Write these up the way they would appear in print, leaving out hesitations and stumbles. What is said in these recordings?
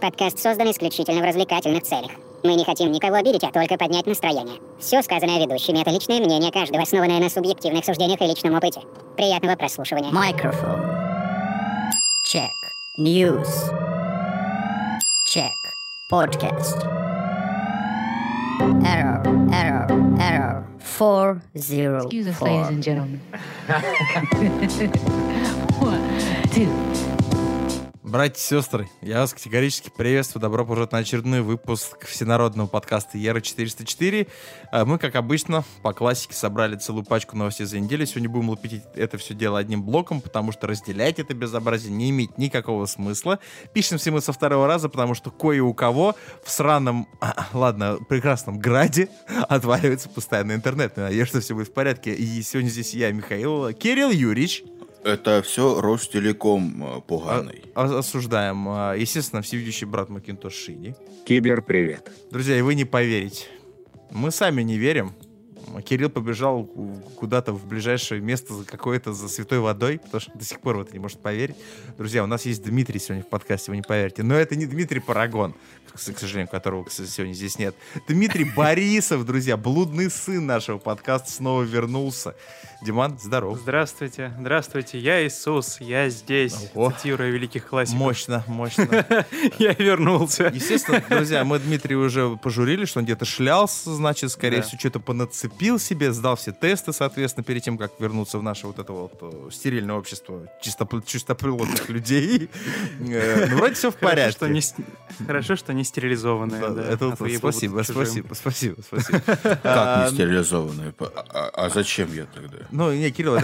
Подкаст создан исключительно в развлекательных целях. Мы не хотим никого обидеть, а только поднять настроение. Все сказанное ведущими — это личное мнение каждого, основанное на субъективных суждениях и личном опыте. Приятного прослушивания. Microphone. Check. News. Check. Podcast. Error. 404. Excuse us, ladies and gentlemen. 1, 2. Братья и сестры, я вас категорически приветствую. Добро пожаловать на очередной выпуск всенародного подкаста ЕРА-404. Мы, как обычно, по классике собрали целую пачку новостей за неделю. Сегодня будем лупить это все дело одним блоком, потому что разделять это безобразие не имеет никакого смысла. Пишемся мы со второго раза, потому что кое у кого в сраном, прекрасном граде отваливается постоянно интернет. Надеюсь, что все будет в порядке. И сегодня здесь я, Михаил, Кирилл Юрьевич. Это все Ростелеком поганый. Осуждаем. Естественно, всевидящий брат Макинтош Шиди. Кибер, привет. Друзья, и вы не поверите. Мы сами не верим. Кирилл побежал куда-то в ближайшее место за святой водой, потому что до сих пор в это не может поверить. Друзья, у нас есть Дмитрий сегодня в подкасте, вы не поверите. Но это не Дмитрий Парагон, к сожалению, которого, кстати, сегодня здесь нет. Дмитрий Борисов, друзья, блудный сын нашего подкаста, снова вернулся. Диман, здоров. Здравствуйте, я Иисус, я здесь, цитируя великих классиков. Мощно. Я вернулся. Естественно, друзья, мы Дмитрия уже пожурили, что он где-то шлялся, значит, скорее всего, что-то понацепил себе, сдал все тесты, соответственно, перед тем, как вернуться в наше вот это вот стерильное общество чистоприродных людей. Ну, вроде все в порядке. Хорошо, что не стерилизованные. Спасибо. Как не стерилизованные? А зачем я тогда? Ну, не, Кирилл,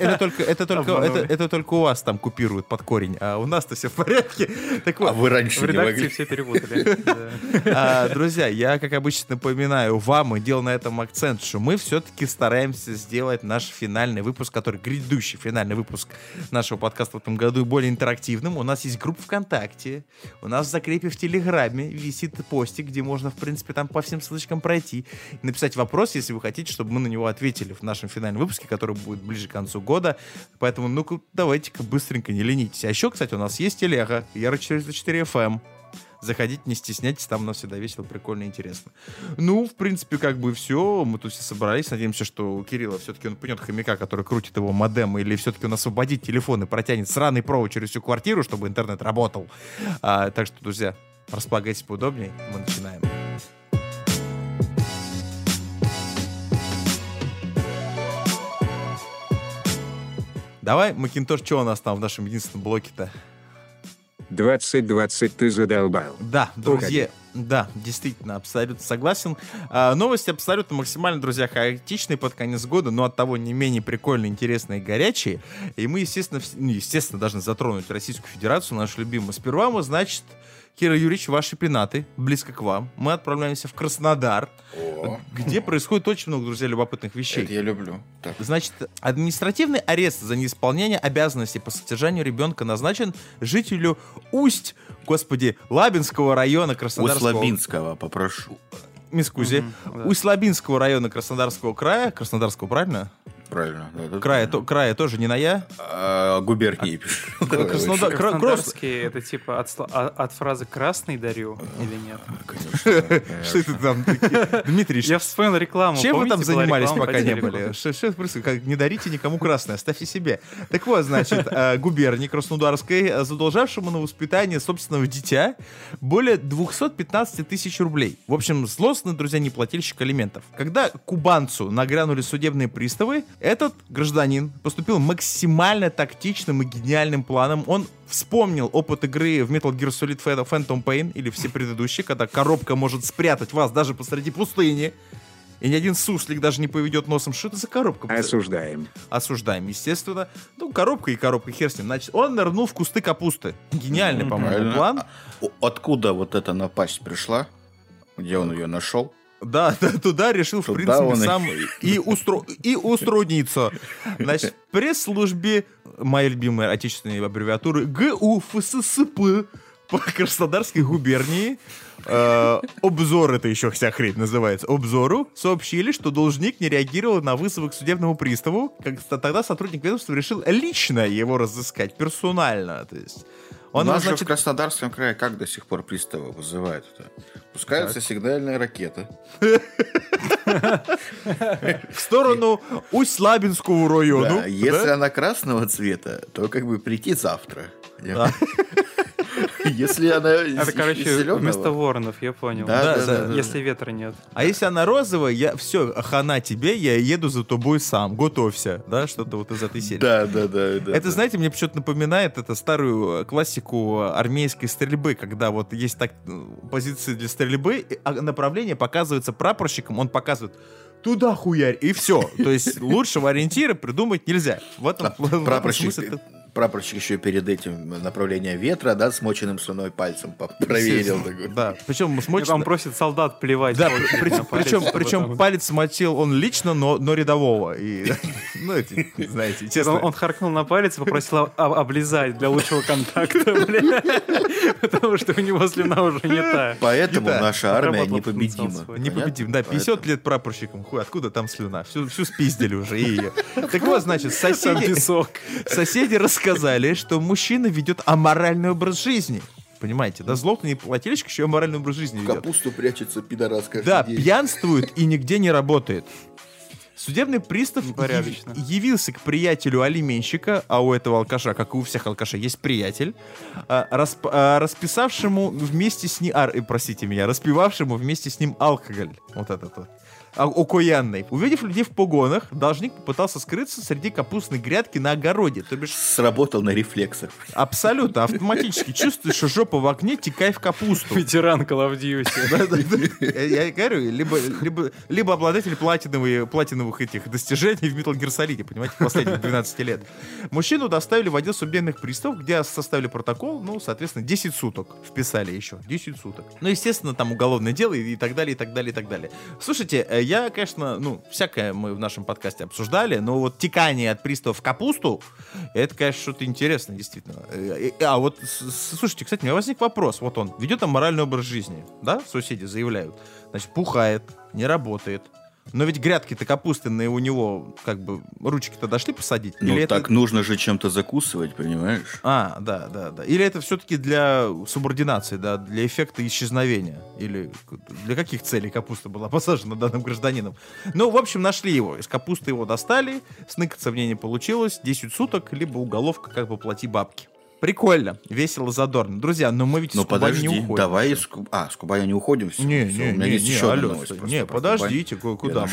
это только у вас там купируют под корень, а у нас-то все в порядке. Так вот, а вы раньше в редакции все перепутали. Друзья, я, как обычно, напоминаю вам и делаю на этом акцент, что мы все-таки стараемся сделать наш финальный выпуск, который грядущий финальный выпуск нашего подкаста в этом году, более интерактивным. У нас есть группа ВКонтакте, у нас в закрепе в Телеграме висит постик, где можно, в принципе, там по всем ссылочкам пройти, написать вопрос, если вы хотите, чтобы мы на него ответили в нашем финальном выпуске, который будет ближе к концу года. Поэтому, ну-ка, давайте-ка быстренько не ленитесь. А еще, кстати, у нас есть телега ERA-404 FM. Заходите, не стесняйтесь, там у нас всегда весело, прикольно, интересно. Ну, в принципе, как бы все. Мы тут все собрались. Надеемся, что у Кирилла все-таки он пнет хомяка, который крутит его модем, или все-таки он освободит телефон и протянет сраный провод через всю квартиру, чтобы интернет работал. Так что, друзья, располагайтесь поудобнее. Мы начинаем. Давай, Макинтош, что у нас там в нашем единственном блоке-то? 2020 ты задолбал. Да, друзья, да, действительно, абсолютно согласен. Новости абсолютно максимально, друзья, хаотичные под конец года, но оттого не менее прикольные, интересные и горячие. И мы, естественно, должны затронуть Российскую Федерацию, нашу любимую. Сперва мы, значит, Кира Юрьевич, ваши пенаты, близко к вам. Мы отправляемся в Краснодар, где происходит очень много, друзья, любопытных вещей. Это я люблю. Так. Значит, административный арест за неисполнение обязанностей по содержанию ребенка назначен жителю Лабинского района Краснодарского... Усть-Лабинского, попрошу. Мискузи. Усть-Лабинского района Краснодарского края. Краснодарского, правильно? Правильно. Да, Края тоже не на я? Губернии пишешь. Краснодарский, это типа от фразы «красный дарю» или нет? Конечно. Что это там? Дмитрий, я вспомнил рекламу. чем вы там Помните, была занимались, реклама пока по не телеку? были? Что происходит? Не дарите никому красное, оставьте себе. Так вот, значит, губернии Краснодарской, задолжавшему на воспитание собственного дитя более 215 тысяч рублей. В общем, злостный, друзья, неплательщик алиментов. Когда кубанцу нагрянули судебные приставы, этот гражданин поступил максимально тактичным и гениальным планом. Он вспомнил опыт игры в Metal Gear Solid Phantom Pain, или все предыдущие, когда коробка может спрятать вас даже посреди пустыни, и ни один суслик даже не поведет носом. Что это за коробка? Осуждаем, естественно. Ну, коробка, хер с ним. Значит, он нырнул в кусты капусты. Гениальный, по-моему, план. Откуда вот эта напасть пришла? Где он ее нашел? Да, туда решил, в принципе, сам и уструниться. Значит, в пресс-службе моей любимой отечественной аббревиатуры ГУФССП по Краснодарской губернии, обзор, это еще вся хрень называется, обзору, сообщили, что должник не реагировал на вызовы к судебному приставу. Тогда сотрудник ведомства решил лично его разыскать, персонально, то есть... У нас же в Краснодарском крае как до сих пор приставы вызывают это? Пускается сигнальная ракета. В сторону Усть-Лабинского района. Да, если она красного цвета, то как бы прийти завтра. Если она Это, короче, зеленого... вместо воронов, я понял. Да. Если ветра нет. А если она розовая, все, хана тебе, я еду за тобой сам, готовься, да, что-то вот из этой серии. Да. Это, знаете, мне почему-то напоминает это старую классику армейской стрельбы, когда вот есть так позиции для стрельбы, а направление показывается прапорщиком, он показывает туда хуярь, и все. То есть лучшего ориентира придумать нельзя. В этом Прапорщик еще перед этим направление ветра, да, смоченным слюной пальцем проверил. Да, причем Он просит солдат плевать. Да, причем палец смочил он лично, но рядового. И, ну, эти, знаете, честно. Он харкнул на палец и попросил облизать для лучшего контакта, потому что у него слюна уже не та. Поэтому наша армия непобедима. Непобедима, да, 50 лет прапорщиком. Хуй, откуда там слюна? Всю спиздили уже. И... Так вот, значит, соседи рассказали, что мужчина ведет аморальный образ жизни. Понимаете, да, злотный плательщик еще аморальный образ жизни ведет. Капусту прячется пидорас каждый день. Да, пьянствует и нигде не работает. Судебный пристав явился к приятелю алименщика, а у этого алкаша, как и у всех алкашей, есть приятель, распивавшему вместе с ним алкоголь. Вот этот вот. Окаянный. Увидев людей в погонах, должник попытался скрыться среди капустной грядки на огороде. То бишь... Сработал на рефлексах. Абсолютно, автоматически. Чувствуешь, что жопа в окне, текай в капусту. Ветеран Call of Duty. Я говорю, либо обладатель платиновых этих достижений в Metal Gear Solid, понимаете, последних 12 лет. Мужчину доставили в отдел судебных приставов, где составили протокол, ну, соответственно, 10 суток вписали еще. 10 суток. Ну, естественно, там уголовное дело и так далее, и так далее, и так далее. Слушайте, я, конечно, всякое мы в нашем подкасте обсуждали, но вот текание от пристава в капусту, это, конечно, что-то интересное, действительно. А вот, слушайте, кстати, у меня возник вопрос. Вот он ведет аморальный образ жизни, да, соседи заявляют. Значит, пухает, не работает. Но ведь грядки-то капустяные у него, как бы, ручки-то дошли посадить? Ну, или так это... нужно же чем-то закусывать, понимаешь? Да. Или это все-таки для субординации, да, для эффекта исчезновения? Или для каких целей капуста была посажена данным гражданином? Ну, в общем, нашли его. Из капусты его достали, сныкаться в ней не получилось. 10 суток, либо уголовка, как бы, плати бабки. Прикольно, весело, задорно. Друзья, но мы ведь с Кубани не уходим. Давай с Кубани не уходим. Все. Не, у меня есть еще одна новость. Не, подождите, куда?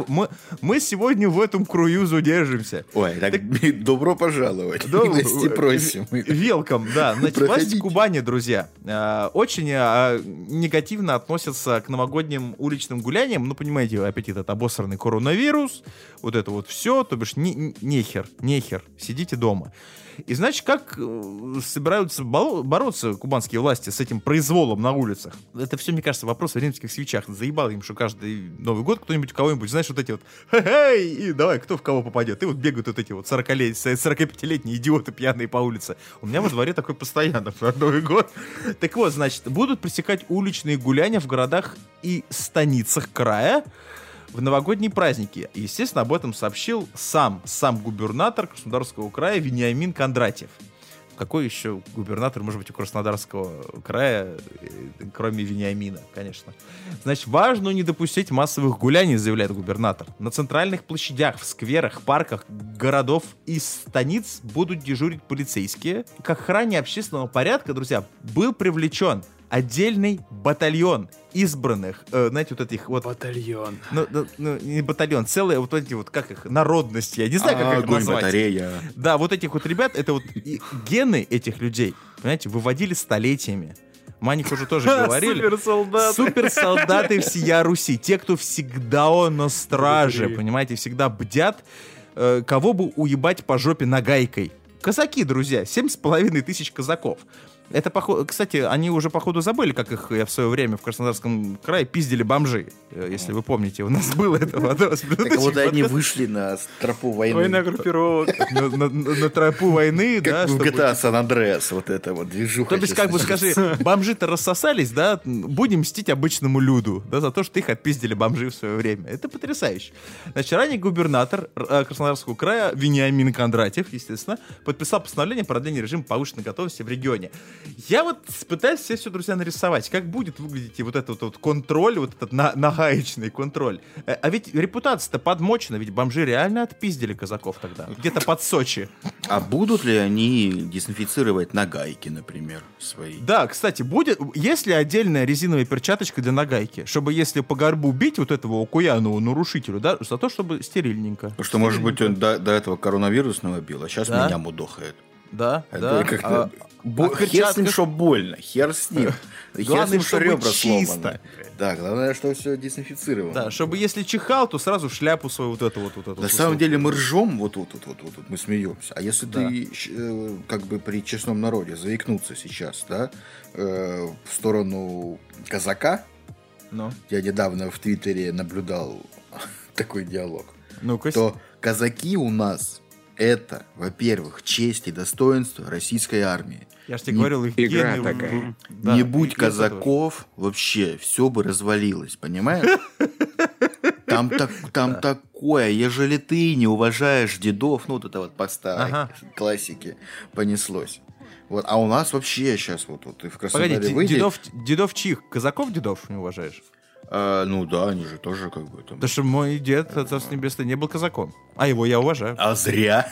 Мы сегодня в этом крузу держимся. Ой, так добро пожаловать. Милости просим. Велком, да. Значит, власти Кубани, друзья, очень негативно относятся к новогодним уличным гуляниям. Ну, понимаете, опять этот обосранный коронавирус, вот это вот все, то бишь нехер, сидите дома. И, значит, как собираются бороться кубанские власти с этим произволом на улицах? Это все, мне кажется, вопрос о римских свечах. Заебало им, что каждый Новый год кто-нибудь кого-нибудь, знаешь, вот эти вот хе-хей, и давай, кто в кого попадет. И вот бегают вот эти вот 45-летние идиоты пьяные по улице. У меня во дворе такой постоянно в Новый год. Так вот, значит, будут пресекать уличные гуляния в городах и станицах края в новогодние праздники. Естественно, об этом сообщил сам губернатор Краснодарского края Вениамин Кондратьев. Какой еще губернатор может быть у Краснодарского края, кроме Вениамина, конечно. Значит, важно не допустить массовых гуляний, заявляет губернатор. На центральных площадях, в скверах, парках городов и станиц будут дежурить полицейские. К охране общественного порядка, друзья, был привлечен отдельный батальон избранных, знаете, вот этих вот... Батальон. Ну, не батальон, целые вот эти вот, как их, народности, я не знаю, как их назвать. Батарея. Да, вот этих вот ребят, это вот гены этих людей, понимаете, выводили столетиями. Мы о них уже тоже говорили. Суперсолдаты всея Руси. Те, кто всегда на страже, понимаете, всегда бдят, кого бы уебать по жопе нагайкой. Казаки, друзья, 7,5 казаков. Это, кстати, они уже, походу, забыли, как их в свое время в Краснодарском крае пиздили бомжи. Если вы помните, у нас было это в одном из предыдущих. Так вот они вышли на тропу войны. Война группировок. На тропу войны, да. Как в GTA San Andreas, вот это вот движуха. То есть, как бы, скажи, бомжи-то рассосались, да, будем мстить обычному люду, да, за то, что их отпиздили бомжи в свое время. Это потрясающе. Значит, ранее губернатор Краснодарского края Вениамин Кондратьев, естественно, подписал постановление о продлении режима повышенной готовности в регионе. Я вот пытаюсь себе все, друзья, нарисовать. Как будет выглядеть и вот этот вот контроль, вот этот нагаечный контроль. А ведь репутация-то подмочена, ведь бомжи реально отпиздили казаков тогда. Где-то под Сочи. А будут ли они дезинфицировать нагайки, например, свои? Да, кстати, есть ли отдельная резиновая перчаточка для нагайки, чтобы если по горбу бить вот этого окуянового нарушителю, да, за то, чтобы стерильненько. Потому что, может быть, он до этого коронавирусного бил, а сейчас Да. меня мудохает. Да, Это да. как-то... в Хер с ним, перчатках- что больно, хер с ним. Хер с Главное, ним, что чтобы ребра чисто. сломаны. Да, главное, что все дезинфицировано. Да, чтобы если чихал, то сразу шляпу свою вот эту вот. На самом деле мы ржем, вот мы смеемся. А если Да. ты как бы при честном народе заикнуться сейчас, да, в сторону казака, Ну, я недавно в Твиттере наблюдал такой диалог, ну-ка. то казаки у нас это, во-первых, честь и достоинство российской армии. Я ж тебе говорил, их Игра гены... такая. Да, Не их будь гены казаков, вообще все бы развалилось, понимаешь? Там такое, ежели ты не уважаешь дедов, ну вот это вот по старой Ага. классике понеслось. Вот, а у нас вообще сейчас вот ты в Краснодаре Погоди, выйди. дедов чьих? Казаков дедов не уважаешь? Ну да, они же тоже как бы там. Потому что мой дед, Царство Небесное, не был казаком. А его я уважаю. А зря.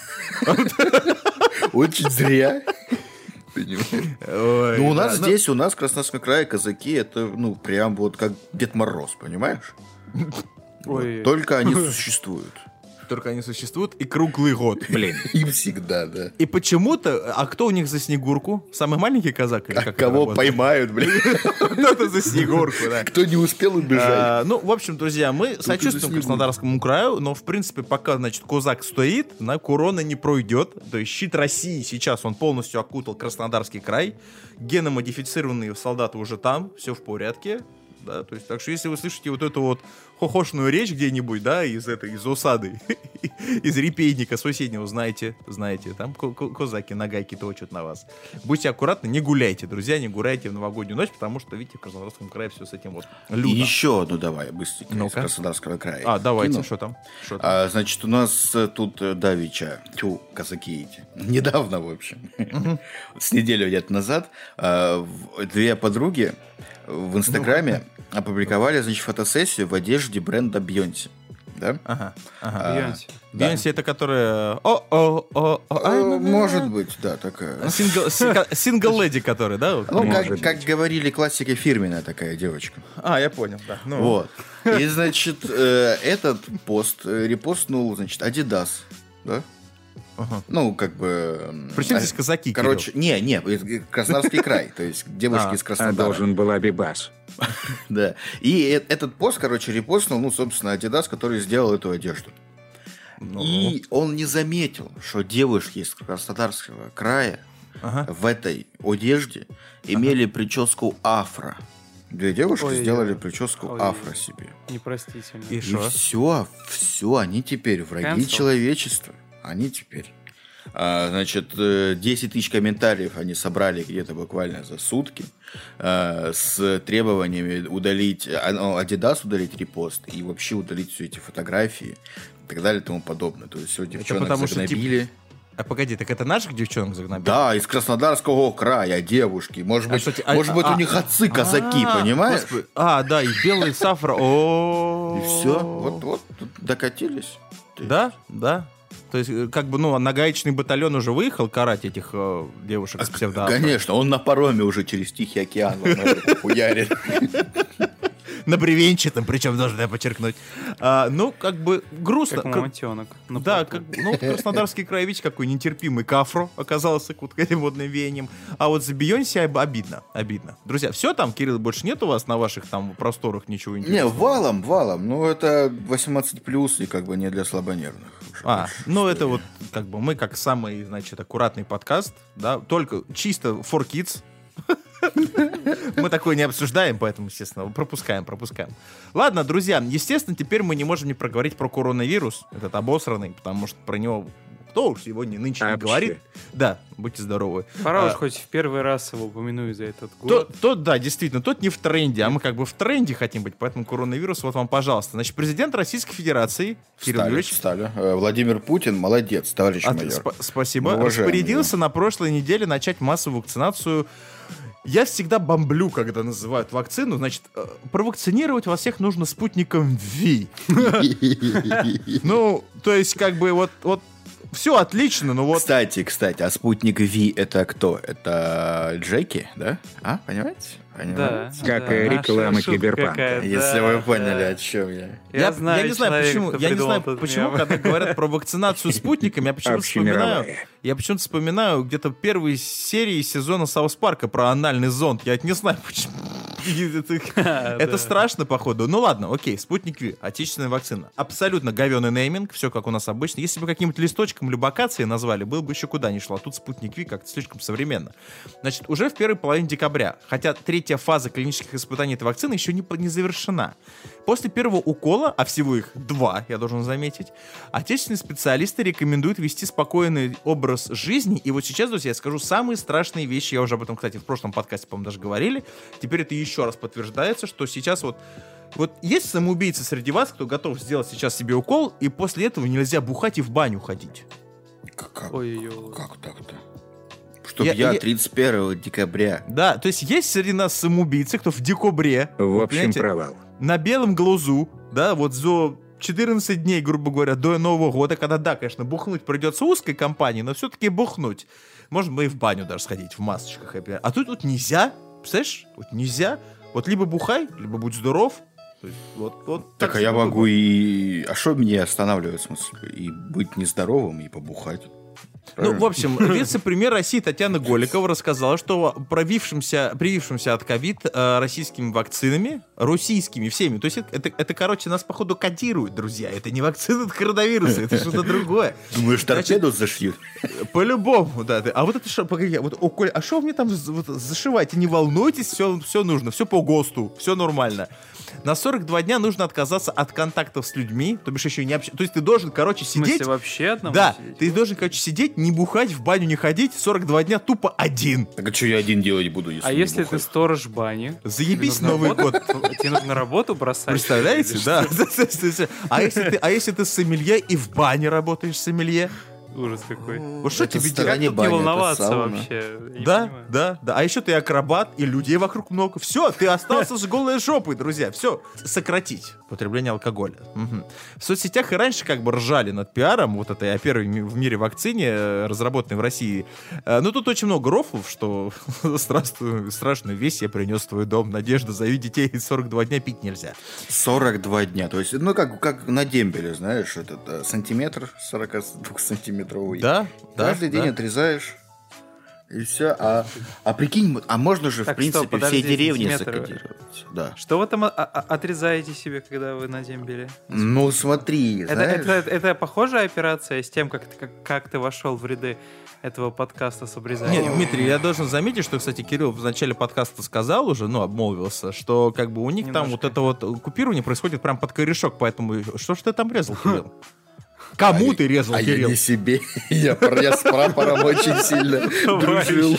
Очень зря. Понимаешь? Ой, Ну, у да, нас здесь, у нас в Краснодарском крае казаки, это, ну, прям вот как Дед Мороз, понимаешь? Ой. Вот. Только они существуют. Только они существуют и круглый год. Блин. И всегда, да. И почему-то... А кто у них за Снегурку? Самый маленький казак? Или А как это кого работает? поймают, блин? Кто-то за Снегурку, да. Кто не успел убежать? Ну, в общем, друзья, мы сочувствуем Снегурку. Краснодарскому краю, но, в принципе, пока, значит, Козак стоит, на корона не пройдет. То есть щит России сейчас, он полностью окутал Краснодарский край. Геномодифицированные солдаты уже там, все в порядке. Да, то есть, так что если вы слышите вот эту вот хохошную речь где-нибудь, да, из осады, из репейника соседнего, знаете, там козаки, нагайки точат на вас. Будьте аккуратны, не гуляйте, друзья, не гуляйте в новогоднюю ночь, потому что, видите, в Краснодарском крае все с этим вот И людно. еще одну давай, быстренько, из Ну-ка. Краснодарского края. А, давайте, кину. что там? Значит, у нас тут давеча, казаки эти, недавно, в общем, с неделю где-то назад, две подруги в Инстаграме опубликовали, значит, фотосессию в одежде бренда Бьонси. Да? Ага. Бейонсе. Да. Бейонсе это которая... Может быть, да, такая. Сингл-леди, которая, да? Ну, Может как говорили классики, фирменная такая девочка. А, я понял, да. Ну, Вот. И, значит, этот пост репостнул, значит, Adidas. Да? Ага. Ну, как бы... Причем здесь казаки, Короче, не, Краснодарский край, то есть девушки из А Краснодара. должен был Абибас. Да. И этот пост, короче, репостнул, ну, собственно, Adidas, который сделал эту одежду. Ну. И он не заметил, что девушки из Краснодарского края Ага. в этой одежде имели прическу афро. Две девушки Ой, сделали ой. прическу Ой. афро себе. Непростительно. И И шо? все, они теперь враги Cancel. человечества. Они теперь. Значит, 10 тысяч комментариев они собрали где-то буквально за сутки с требованиями удалить, Adidas удалить репост и вообще удалить все эти фотографии и так далее и тому подобное. То есть все девчонок потому что, загнобили. А погоди, так это наших девчонок загнобили? Да, из Краснодарского края девушки. Может быть, у них отцы казаки, понимаешь? Господи. А, да, и белый сафра. О. И все, вот тут докатились. Да, да. То есть, как бы, ну, нагаечный батальон уже выехал карать этих девушек с псевдоафро. Конечно, он на пароме уже через Тихий океан хуярит. На бревенчатом, причем должен я подчеркнуть. Ну, как бы грустно. Как мамонтенок. на Да, плоту. Краснодарский край, видите, какой нетерпимый кафро оказался вот этим водным веянием. А вот за Бейонсе обидно. Друзья, все там, Кирилл, больше нет у вас на ваших там просторах ничего Не, интересного? валом. Ну, это 18+, и как бы не для слабонервных. Ну это вот как бы мы как самый, значит, аккуратный подкаст, да, только чисто for kids. Мы такое не обсуждаем, поэтому, естественно, пропускаем. Ладно, друзья, естественно, теперь мы не можем не проговорить про коронавирус, этот обосранный, потому что про него кто уж сегодня нынче не Вообще. говорит. Да, будьте здоровы. Пора уж хоть в первый раз его упомяну за этот год. Тот, да, действительно, тот не в тренде, а мы как бы в тренде хотим быть, поэтому коронавирус, вот вам, пожалуйста. Значит, президент Российской Федерации Кирилл Юрьевич Встали. Владимир Путин, молодец, товарищ майор. Спасибо. Мы уважаем Распорядился на прошлой неделе начать массовую вакцинацию Я всегда бомблю, когда называют вакцину. Значит, провакцинировать вас всех нужно спутником V. Ну, то есть, как бы, вот все отлично, но вот... Кстати, а спутник V это кто? Это Джеки, да? А, понимаете? Да. Как да, и наша реклама шутка Киберпанка. какая-то, Если да, вы поняли, да. о чем я. Я знаю не знаю, человека, почему, кто я не придумал знаю, этот почему, мем. когда говорят про вакцинацию спутниками, Общемировая. я почему-то вспоминаю где-то первые серии сезона Саус Парка про анальный зонд. Я не знаю, почему. Это страшно, походу. Ну ладно, окей, спутник V, отечественная вакцина. Абсолютно говёный нейминг, все как у нас обычно. Если бы каким-то листочком либокации назвали, было бы еще куда ни шло. А тут спутник V как-то слишком современно. Значит, уже в первой половине декабря, хотя третья фаза клинических испытаний этой вакцины еще не завершена. После первого укола, а всего их 2, я должен заметить, отечественные специалисты рекомендуют вести спокойный образ жизни. И вот сейчас, друзья, я скажу самые страшные вещи. Я уже об этом, кстати, в прошлом подкасте, по-моему, даже говорили. Теперь это еще раз подтверждается, что сейчас вот есть самоубийцы среди вас, кто готов сделать сейчас себе укол, и после этого нельзя бухать и в баню ходить. Ой-ой-ой. Как так-то? Чтоб я 31 декабря. Да, то есть есть среди нас самоубийцы, кто в декабре, В вот, общем, понимаете, провал. на белом глазу, да, вот за 14 дней, грубо говоря, до Нового года, когда, да, конечно, бухнуть придется узкой компании, но все-таки бухнуть. Можно бы и в баню даже сходить в масочках. А тут нельзя, представляешь? Вот нельзя. Вот либо бухай, либо будь здоров. То есть, вот Так, а я могу и... А что мне останавливает, в смысле? И быть нездоровым, и побухать. Ну, в общем, вице-премьер России Татьяна Голикова рассказала, что привившимся от ковид российскими вакцинами, российскими всеми, то есть это, короче, нас, походу, кодирует, друзья. Это не вакцина от коронавируса, это что-то другое. Думаешь, торпеду зашьют? По-любому, да. А вот это что, погоди, а что вы мне там зашиваете? Не волнуйтесь, все нужно, все по ГОСТу, все нормально. На 42 дня нужно отказаться от контактов с людьми, то бишь еще не общаться. То есть ты должен, короче, В смысле, сидеть... вообще одному Да, сидеть? ты должен, короче, сидеть, не бухать, в баню не ходить, 42 дня тупо один. Так а что я один делать буду, если А не если ты бухать? сторож бани? Заебись Тебе нужно Новый год. Тебе нужно работу бросать? Представляете, Или да? что? А если ты сомелье и в бане работаешь сомелье? Ужас какой. Вот что Это тебе в делать? стороне Тут не баня, это волноваться сауна. вообще. Я не Да, понимаю. да. А еще ты акробат, и людей вокруг много. Все, ты остался с голой жопой, друзья. Все. Сократить потребление алкоголя. Мгм. В соцсетях и раньше как бы ржали над пиаром вот этой о первой в мире вакцине, разработанной в России. Но тут очень много рофлов, что страшную весть я принес в твой дом. Надежда, зови детей, 42 дня пить нельзя. 42 дня. То есть, ну, как на дембеле, знаешь, этот сантиметр 42-сантиметровый. Да, да. Каждый день да. отрезаешь. И все. А прикинь, а можно же, Так, в принципе, стоп, подожди, все деревни сантиметры. закодировать. Да. Что вы там отрезаете себе, когда вы на дембеле? Ну, смотри, знаешь... Это похожая операция с тем, как ты вошел в ряды этого подкаста с обрезанием? Нет, Дмитрий, я должен заметить, что, кстати, Кирилл в начале подкаста сказал уже, обмолвился, что как бы у них там вот это вот купирование происходит прям под корешок, поэтому что ж ты там резал, Кирилл? Кому ты резал, А Кирилл? я не себе. Я с прапором очень сильно дружил.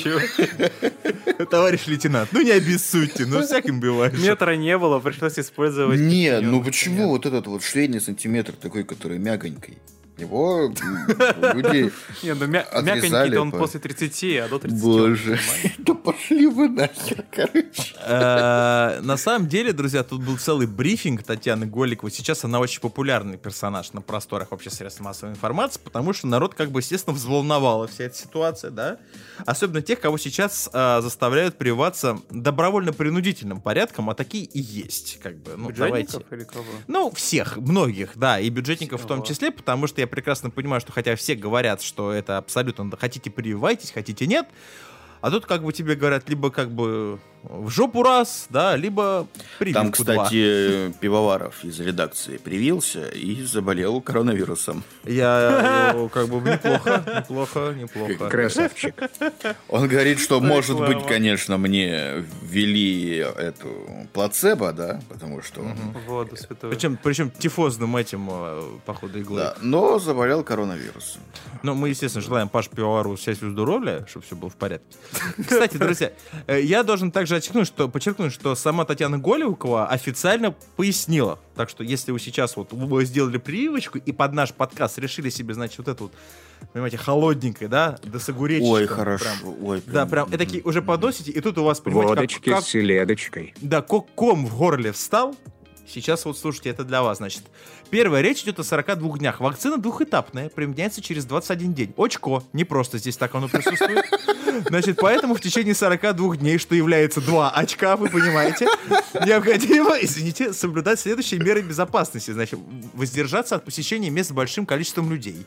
Товарищ лейтенант, не обессудьте, всяким бывает. Метра не было, пришлось использовать... Нет, пятнёк. ну почему вот этот вот швейный сантиметр такой, который мягонький? Его люди Не, ну мягонький-то отрезали он по- после 30, а до 30 Боже, да пошли вы нахер, короче. На самом деле, друзья, тут был целый брифинг Татьяны Голиковой. Сейчас она очень популярный персонаж на просторах вообще средств массовой информации, потому что народ, как бы, естественно, взволновала вся эта ситуация, да? Особенно тех, кого сейчас заставляют прививаться добровольно-принудительным порядком, а такие и есть, как бы. Бюджетников или кого? Всех, многих, да, и бюджетников в том Ого. числе, потому что я прекрасно понимаю, что хотя все говорят, что это абсолютно, хотите прививайтесь, хотите нет, а тут как бы тебе говорят либо как бы в жопу раз, да, либо прививку Там, 2. кстати, Пивоваров из редакции привился и заболел коронавирусом. Я как бы неплохо. Красавчик. Он говорит, что, может Реклама. быть, конечно, мне ввели эту плацебо, да, потому что он... Воду святую. Причем тифозным этим, походу, иглой. Да, но заболел коронавирусом. Ну, мы, естественно, желаем Паше Пивовару счастья и здоровья, чтобы все было в порядке. Кстати, друзья, я должен также также подчеркнуть, что сама Татьяна Голикова официально пояснила. Так что, если вы сейчас вы сделали прививочку и под наш подкаст решили себе, значит, вот это вот, понимаете, холодненькое, да, да с огуречком. Ой, хорошо. Ой, да, прям, и такие уже подносите, и тут у вас, понимаете, Водочки с селедочкой. Да, ком в горле встал. Сейчас вот, слушайте, это для вас, значит. Первая речь идет о 42 днях. Вакцина двухэтапная, применяется через 21 день. Очко, не просто здесь так оно присутствует. Значит, поэтому в течение 42 дней, что является 2 очка, вы понимаете, необходимо, извините, соблюдать следующие меры безопасности. Значит, воздержаться от посещения мест с большим количеством людей.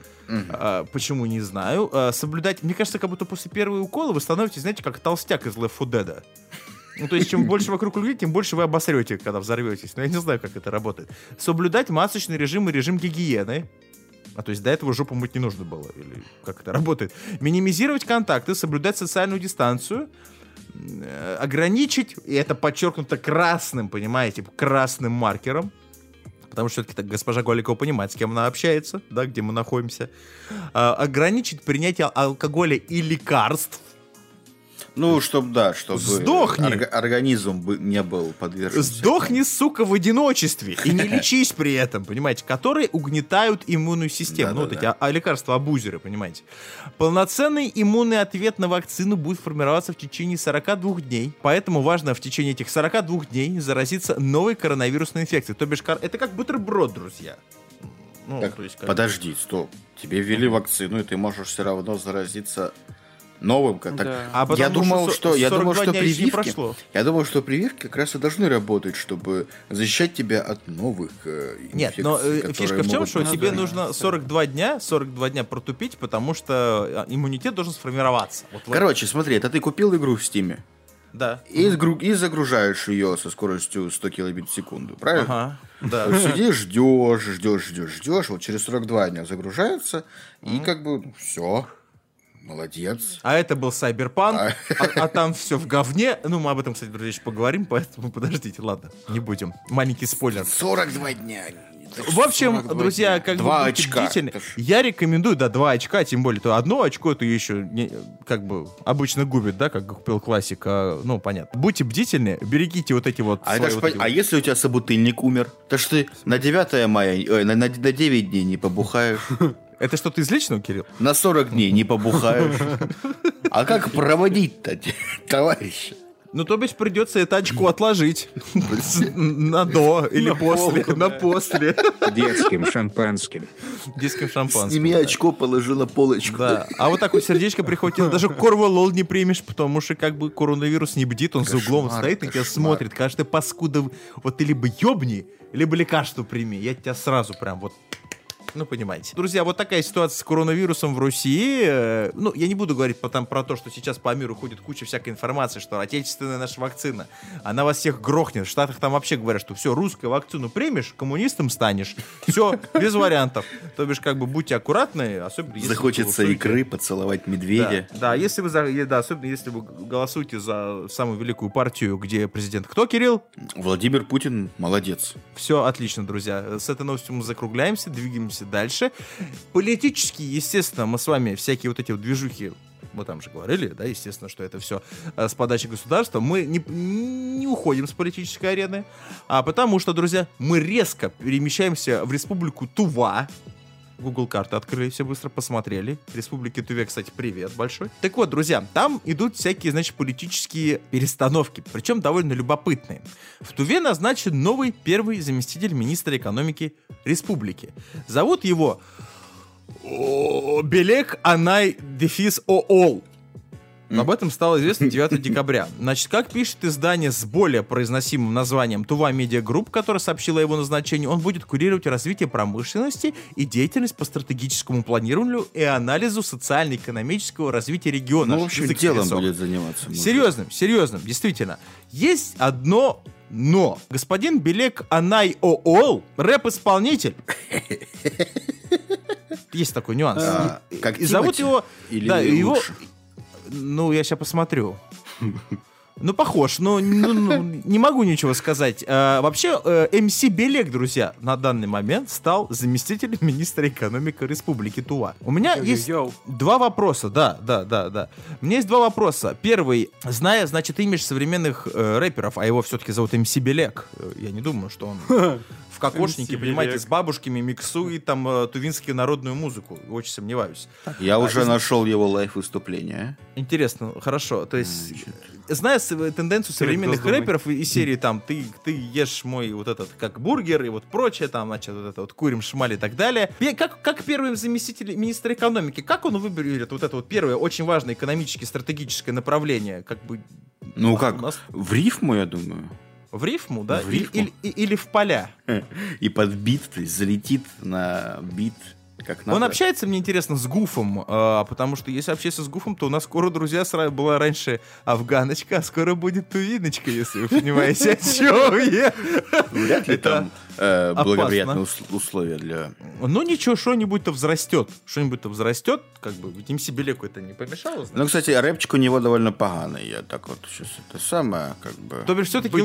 Почему, не знаю. Соблюдать, мне кажется, как будто после первого укола вы становитесь, знаете, как толстяк из Left 4 Dead. Ну, то есть, чем больше вокруг людей, тем больше вы обосрете, когда взорветесь. Но я не знаю, как это работает. Соблюдать масочный режим и режим гигиены. То есть, до этого жопу мыть не нужно было. Или как это работает. Минимизировать контакты, соблюдать социальную дистанцию. Ограничить, и это подчеркнуто красным, понимаете, красным маркером. Потому что все-таки госпожа Голикова понимает, с кем она общается, да, где мы находимся. Ограничить принятие алкоголя и лекарств. Ну, чтобы Сдохни! Организм не был подвержен. Сдохни, сука, в одиночестве. И не лечись при этом, понимаете, которые угнетают иммунную систему. Ну, вот эти лекарства-абузеры, понимаете. Полноценный иммунный ответ на вакцину будет формироваться в течение 42 дней. Поэтому важно в течение этих 42 дней заразиться новой коронавирусной инфекцией. То бишь, это как бутерброд, друзья. Ну, Так, то есть, подожди, стоп. Тебе ввели вакцину, и ты можешь все равно заразиться новым. А Я думал, что прививки не прошло. Я думал, что прививки как раз и должны работать, чтобы защищать тебя от новых инфекций. Нет, но фишка в чем, что тебе нужно 42 дня протупить, потому что иммунитет должен сформироваться. Короче, смотри, это ты купил игру в Стиме. Да. И загружаешь ее со скоростью 100 килобит в секунду, правильно? Ага, да. Сидишь, ждешь, вот через 42 дня загружается, и как бы все. Молодец. А это был Cyberpunk, а там все в говне. Ну, мы об этом, кстати, друзья, еще поговорим, поэтому подождите, ладно, не будем. Маленький спойлер. 42 дня. В общем, друзья, как бы будьте бдительны. Я рекомендую, 2 очка, тем более, то одно очко, то еще как бы обычно губит, да, как купил классик, ну, понятно. Будьте бдительны, берегите вот эти вот... А если у тебя собутыльник умер? То что ты на 9 мая, на 9 дней не побухаешь? Это что-то из личного, Кирилл? На 40 дней не побухаешь. А как проводить-то, товарищи? Ну, то бишь, придется это очко отложить на до или после. На после. Детским шампанским. Детским шампанским. Сними очко, положи на полочку. Да. А вот так вот сердечко приходит. Даже корвалол не примешь, потому что как бы коронавирус не бдит, он за углом стоит и тебя смотрит. Кажется, ты паскуда, вот ты либо ёбни, либо лекарство прими. Я тебя сразу прям вот... Ну, понимаете. Друзья, вот такая ситуация с коронавирусом в России. Ну, я не буду говорить про то, что сейчас по миру ходит куча всякой информации, что отечественная наша вакцина, она вас всех грохнет. В Штатах там вообще говорят, что все, русскую вакцину примешь, коммунистом станешь. Все, без вариантов. То бишь, как бы, будьте аккуратны, особенно если... Захочется икры, поцеловать медведя. Да, если вы особенно если вы голосуете за самую великую партию, где президент кто, Кирилл? Владимир Путин молодец. Все отлично, друзья. С этой новостью мы закругляемся, двигаемся дальше. Политически, естественно, мы с вами всякие вот эти вот движухи, мы там же говорили, да, естественно, что это все с подачи государства. Мы не уходим с политической арены, потому что, друзья, мы резко перемещаемся в республику Тува. Google карты открыли, все быстро посмотрели. Республике Туве, кстати, привет большой. Так вот, друзья, там идут всякие, значит, политические перестановки, причем довольно любопытные. В Туве назначен новый первый заместитель министра экономики республики. Зовут его Белек Анай Дефис Оол. Об этом стало известно 9 декабря. Значит, как пишет издание с более произносимым названием Тува Медиа Групп, которое сообщило о его назначении, он будет курировать развитие промышленности и деятельность по стратегическому планированию и анализу социально-экономического развития региона. Ну, в общем, делом будет заниматься. Серьезным, действительно. Есть одно но. Господин Белек Анай Оол, рэп-исполнитель. Есть такой нюанс. Как и зовут его... Или да, его... лучше? Ну, я сейчас посмотрю. Ну, похож, но не могу ничего сказать. Вообще, МС Белек, друзья, на данный момент стал заместителем министра экономики Республики Тува. У меня есть два вопроса, да. У меня есть два вопроса. Первый, зная, значит, имидж современных рэперов, а его все-таки зовут МС Белек, я не думаю, что он в кокошнике, понимаете, с бабушками миксует там тувинскую народную музыку. Очень сомневаюсь. Я уже нашел его лайв-выступление. Интересно, хорошо. То есть, зная тенденцию современных рэперов из серии там ты ешь мой вот этот как бургер и вот прочее, там, значит, вот это вот курим, шмали и так далее. Как первый заместитель министра экономики, как он выберет вот это вот первое очень важное экономическое стратегическое направление? Как бы, ну как, в рифму, я думаю. В рифму, да? В рифму. Или в поля? И под бит, то есть залетит на бит. Как надо. Он общается, мне интересно, с Гуфом, потому что если общаться с Гуфом, то у нас скоро, друзья, была раньше афганочка, а скоро будет тувиночка, если вы понимаете, о чем я. Вряд ли там благоприятные условия для... Ну ничего, что-нибудь-то взрастет. Как бы, ведь МС Белеку это не помешало. Ну, кстати, рэпчик у него довольно поганый. Я так вот сейчас это самое, как бы... То бишь, все-таки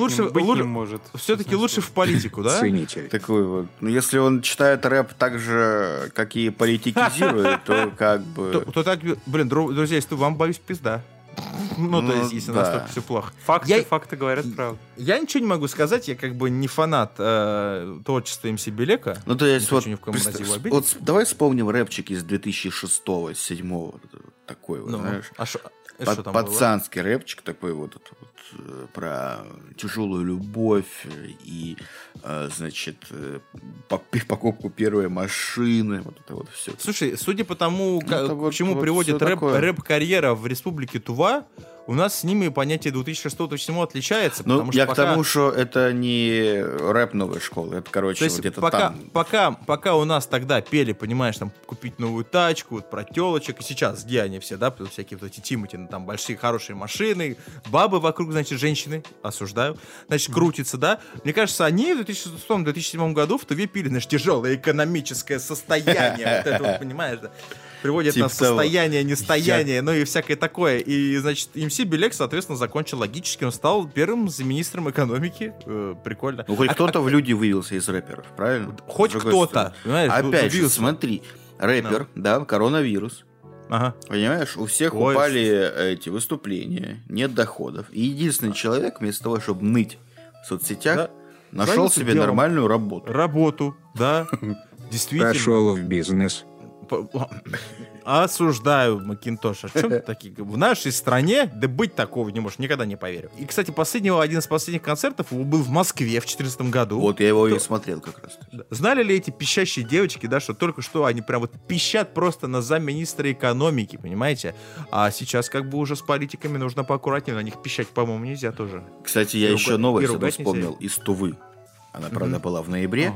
лучше в политику, да? Ценитель. Такой вот. Ну, если он читает рэп так же, как и политикизирует, то как бы... То так, блин, друзья, если вам, боюсь, пизда. Ну, то есть, если настолько все плохо. Факты говорят правду. Я ничего не могу сказать, я как бы не фанат творчества МС Белека. Ну, то есть, вот, давай вспомним рэпчик из 2006-2007, такой вот, знаешь. Пацанский рэпчик такой вот про тяжелую любовь и, значит, покупку первой машины, вот это вот все. Слушай, судя по тому, к чему приводит рэп-карьера в Республике Тува, у нас с ними понятие 2006-2007 отличается. Ну, я к тому, что это не рэп новой школы, это, короче, вот где-то там. Пока у нас тогда пели, понимаешь, там, купить новую тачку, вот, про телочек, и сейчас где они все, да, всякие вот эти Тимати, там, большие хорошие машины, бабы вокруг, значит, женщины, осуждаю, значит, крутятся, да. Мне кажется, они в 2006-2007 году в Туве пили, значит, тяжелое экономическое состояние, вот это вот, понимаешь, да. Приводит нас в состояние, нестояние, ну и всякое такое. И, значит, МС Белек, соответственно, закончил логически. Он стал первым министром экономики. Прикольно. Ну, хоть кто-то в люди вывелся из рэперов, правильно? Хоть кто-то. Опять же, смотри. Рэпер, да, коронавирус. Ага. Понимаешь, у всех упали эти выступления, нет доходов. И единственный человек, вместо того, чтобы ныть в соцсетях, нашел себе нормальную работу. Работу, да. Действительно. Пошел в бизнес. Осуждаю, Макинтош. О чем такие? В нашей стране, да быть такого не может, никогда не поверю. И, кстати, один из последних концертов был в Москве в 2014 году. Вот я его и смотрел как раз. Знали ли эти пищащие девочки, да, что только что они прям вот пищат просто на замминистра экономики, понимаете? А сейчас как бы уже с политиками нужно поаккуратнее, на них пищать, по-моему, нельзя тоже. Кстати, я еще новость вспомнил из Тувы. Она, правда, была в ноябре.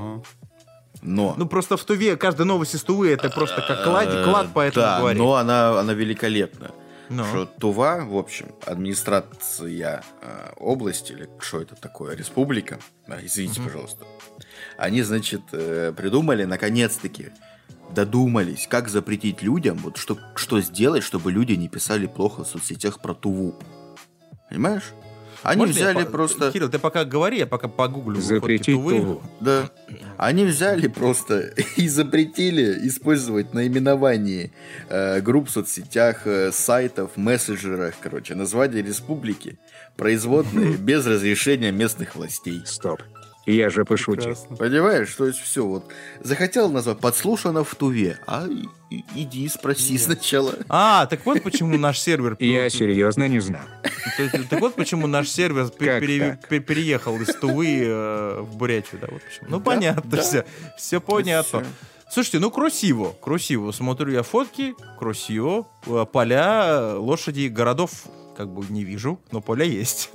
Но... Ну, просто в Туве, каждая новость из Тувы, это просто как клад, поэтому говорит. Но она великолепна. Что Тува, в общем, администрация области, или что это такое, республика, извините, пожалуйста, они, значит, придумали, наконец-таки, додумались, как запретить людям, вот что сделать, чтобы люди не писали плохо в соцсетях про Туву. Понимаешь? Они взяли просто... Кирилл, ты пока говори, я пока погуглю. Запретить Туву. Да. Они взяли просто и запретили использовать наименование групп в соцсетях, сайтов, мессенджерах, короче, название республики, производные без разрешения местных властей. Стоп. Я же пошутил. Понимаешь, то есть все вот. Захотел назвать подслушано в Туве, а иди спроси сначала. Так вот почему наш сервер... Я серьезно не знал. Так вот почему наш сервер переехал из Тувы в Бурятию, да, вот почему. Ну понятно, все понятно. Слушайте, ну красиво. Смотрю я фотки, красиво. Поля, лошади, городов как бы не вижу, но поля есть.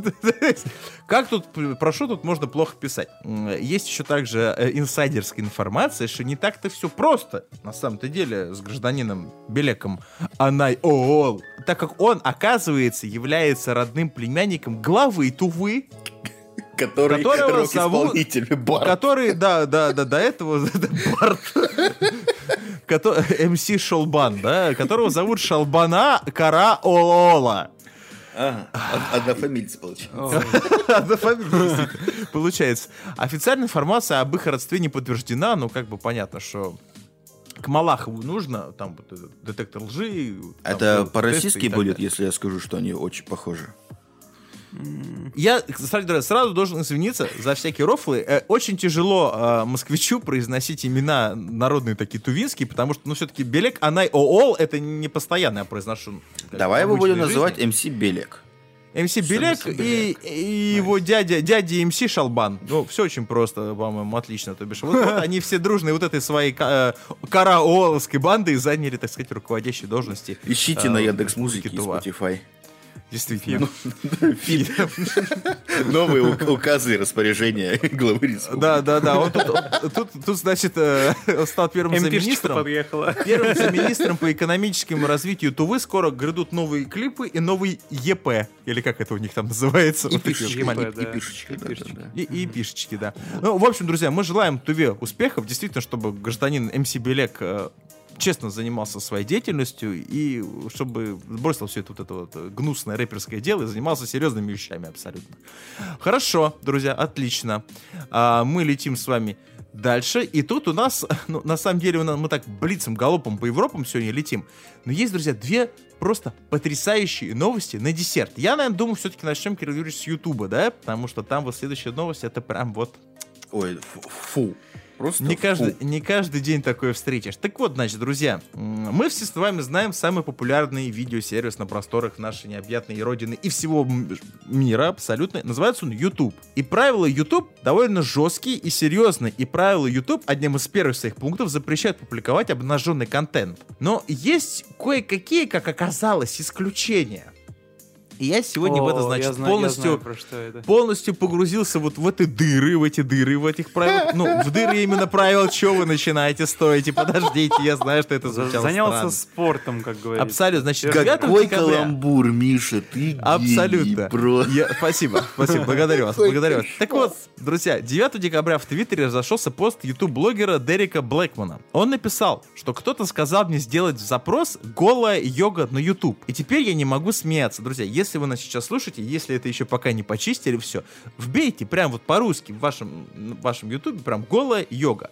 Как тут, про что тут можно плохо писать? Есть еще также инсайдерская информация, что не так-то все просто, на самом-то деле, с гражданином Белеком Анай-Оол, так как он, оказывается, является родным племянником главы Тувы, которого зовут... Барт. Который, до этого Барт. МС Шолбан, да, которого зовут Шалбана Кара-Оола. Ага, однофамильцы получается. Однофамильцы, получается. Официальная информация об их родстве не подтверждена, но как бы понятно, что к Малахову нужно, там вот этот детектор лжи. там Это тесты по-российски и так будет, далее. если я скажу, что они очень похожи. Я, кстати говоря, сразу должен извиниться за всякие рофлы. Очень тяжело москвичу произносить имена народные такие тувинские, потому что, ну, все-таки Белек, Анай, Оол — это не постоянно я произношу. Давай его будем называть МС Белек. МС Белек и его дядя МС Шалбан. Ну, все очень просто, по-моему, отлично. То бишь, вот они все дружные вот этой своей караоловской бандой заняли, так сказать, руководящие должности. Ищите на Яндекс.Музыке и Тува. Spotify. Действительно. Новые указы и распоряжения главы республики. Да. Он тут, значит, он стал первым замминистром. подъехала. Первым замминистром по экономическому развитию Тувы. Скоро грядут новые клипы и новый ЕП. Или как это у них там называется? И Вот такие пишечки, вот маленькие. да. и пишечки, да. И пишечки, да. Ну, в общем, друзья, мы желаем Туве успехов. Действительно, чтобы гражданин МС Белек честно занимался своей деятельностью и чтобы бросил все это вот гнусное рэперское дело и занимался серьезными вещами абсолютно. Хорошо, друзья, отлично. Мы летим с вами дальше. И тут у нас, ну, на самом деле, мы так блицем, галопом по Европам сегодня летим. Но есть, друзья, две просто потрясающие новости на десерт. Я, наверное, думаю, все-таки начнем, Кирилл Юрьевич, с Ютуба, да? Потому что там вот следующая новость, это прям вот... Ой, фу. Просто Не фу. каждый день такое встретишь. Так вот, значит, друзья, мы все с вами знаем самый популярный видеосервис на просторах нашей необъятной родины и всего мира абсолютно. Называется он YouTube. И правила YouTube довольно жесткие и серьезные. И правила YouTube одним из первых своих пунктов запрещают публиковать обнаженный контент. Но есть кое-какие, как оказалось, исключения. И я сегодня в это, значит, полностью погрузился вот в эти дыры в этих правилах. Ну, в дыры именно правил, что вы начинаете, стойте, подождите, я знаю, что это звучало Занялся странно. спортом, как говорится. Абсолютно, значит, 9 Какой декабря... каламбур, Миша, ты гений, Абсолютно. просто. Спасибо, благодарю вас. Так вот, друзья, 9 декабря в Твиттере разошелся пост YouTube-блогера Дерека Блэкмана. Он написал, что кто-то сказал мне сделать запрос «голая йога на YouTube». И теперь я не могу смеяться. Друзья, если вы нас сейчас слушаете, если это еще пока не почистили все, вбейте прям вот по-русски в вашем YouTube прям «голая йога».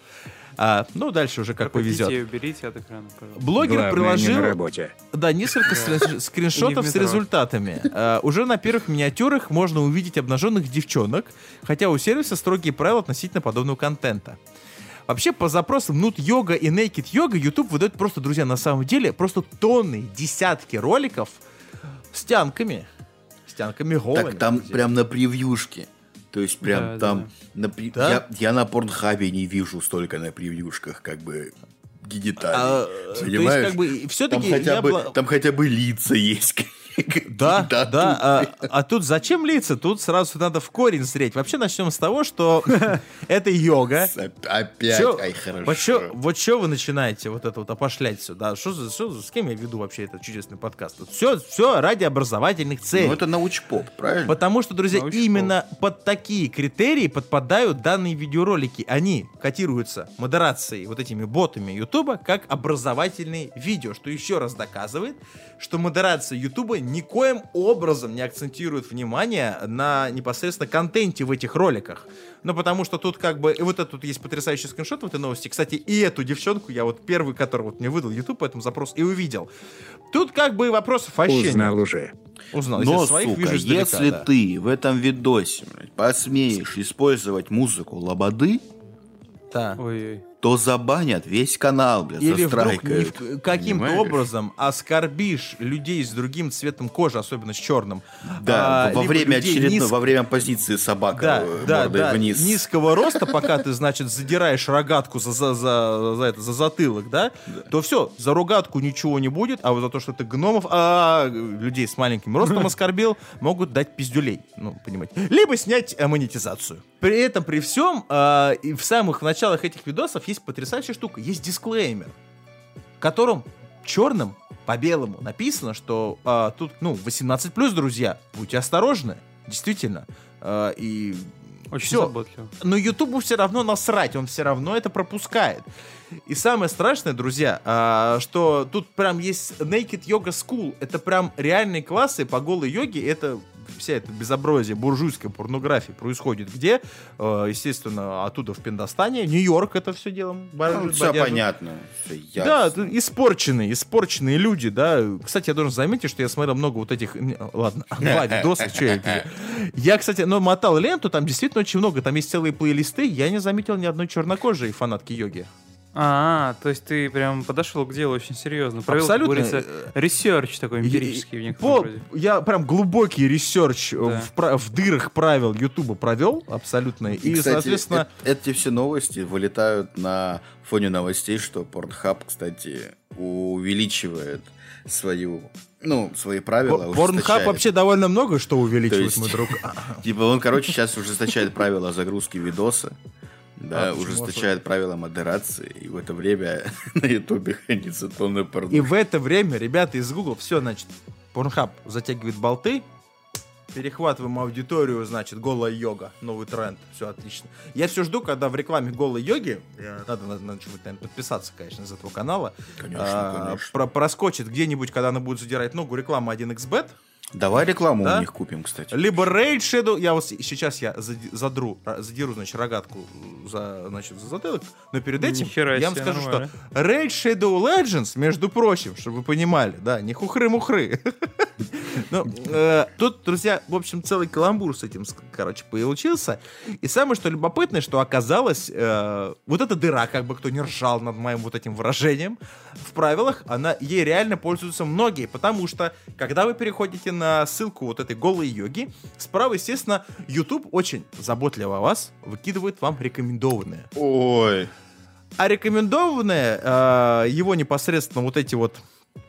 Ну, дальше уже как повезет. Уберите от экрана, пожалуйста. Блогер Главное, приложил... не на работе. Да, несколько скриншотов И не в с метро. результатами. Уже на первых миниатюрах можно увидеть обнаженных девчонок, хотя у сервиса строгие правила относительно подобного контента. Вообще, по запросам нуд-йога и naked-йога YouTube выдает просто, друзья, на самом деле, просто тонны, десятки роликов с тянками голыми. Так там друзья. прям на превьюшке. То есть прям Да, там... Да? Я на Порнхабе не вижу столько на превьюшках, как бы, гениталий. То есть, Понимаешь? как бы, все-таки Там хотя бы лица есть. Да, Да, да. А тут зачем лица? Тут сразу надо в корень зреть. Вообще начнем с того, что это йога. Опять, Чё- ай, хорошо. Вот что вы начинаете вот это вот опошлять сюда? С кем я веду вообще этот чудесный подкаст? Все ради образовательных целей. Ну это научпоп, правильно? Потому что, друзья, Научпоп. именно под такие критерии подпадают данные видеоролики. Они котируются модерацией, вот этими ботами Ютуба, как образовательные видео, что еще раз доказывает, что модерация Ютуба никоим образом не акцентирует внимание на непосредственно контенте в этих роликах. Ну, потому что тут как бы... И вот этот тут есть потрясающий скриншот в этой новости. Кстати, и эту девчонку я вот первый, который вот мне выдал YouTube по этому запросу, и увидел. Тут как бы вопросов вообще Узнал нет. уже. Узнал. Но, Если своих сука, вижу издалека, если да. ты в этом видосе, блядь, посмеешь использовать музыку лободы, Да. Ой-ой. то забанят весь канал, блядь, Или вдруг застрайкают. каким-то Понимаешь? образом оскорбишь людей с другим цветом кожи, особенно с черным. Да, во либо время людей очередной, низ- во время позиции собака мордой вниз. низкого роста, пока ты, значит, задираешь рогатку за затылок, да, то все, за рогатку ничего не будет, а вот за то, что ты гномов, людей с маленьким ростом оскорбил, могут дать пиздюлей, ну, понимаете. Либо снять монетизацию. При этом, при всем, и в самых началах этих видосов есть потрясающая штука, есть дисклеймер, в котором черным по белому написано, что тут, 18+, друзья, будьте осторожны, действительно. И Очень Всё. заботливо. Но Ютубу все равно насрать, он все равно это пропускает. И самое страшное, друзья, что тут прям есть Naked Yoga School. Это прям реальные классы по голой йоге. Это вся эта безобразие буржуйской порнографии происходит где? Естественно, оттуда в Пиндостане. Нью-Йорк это все дело. Все понятно. Всё Да, ясно. испорченные люди, да. Кстати, я должен заметить, что я смотрел много вот этих... Ладно, два видоса, что я... Я, кстати, мотал ленту, там действительно очень много. Там есть целые плейлисты. Я не заметил ни одной чернокожей фанатки йоги. То есть ты прям подошел к делу очень серьезно. Провел, Абсолютно. как говорится, ресерч такой эмпирический в некотором роде. Я прям глубокий ресерч Да. в дырах правил Ютуба провел, абсолютно. И, кстати, соответственно... эти все новости вылетают на фоне новостей, что Pornhub, кстати, увеличивает свои правила. Порнхаб ужесточает. вообще довольно много что То увеличивает, есть, мой друг. Типа он, сейчас ужесточает правила загрузки видоса. Да, почему? ужесточает правила модерации, и в это время на Ютубе хранится тонны порно. И в это время ребята из Google, все, значит, Pornhub затягивает болты, перехватываем аудиторию, значит, голая йога, новый тренд, все отлично. Я все жду, когда в рекламе голой йоги, надо что-нибудь, наверное, подписаться, конечно, из этого канала, Конечно. проскочит где-нибудь, когда она будет задирать ногу, реклама 1xbet, Давай рекламу Да? у них купим, кстати. либо Raid Shadow, я вот сейчас задеру, значит, рогатку за затылок, но перед этим Нихера я вам себе, скажу, нормально. что Raid Shadow Legends, между прочим, чтобы вы понимали, да, не хухры-мухры. Ну, тут, друзья, в общем, целый каламбур с этим, короче, получился. И самое, что любопытное, что оказалось, вот эта дыра, как бы кто не ржал над моим вот этим выражением, в правилах, ей реально пользуются многие, потому что, когда вы переходите на ссылку вот этой голой йоги, справа, естественно, YouTube очень заботливо о вас выкидывает вам рекомендованные. Ой. А рекомендованные, его непосредственно вот эти вот,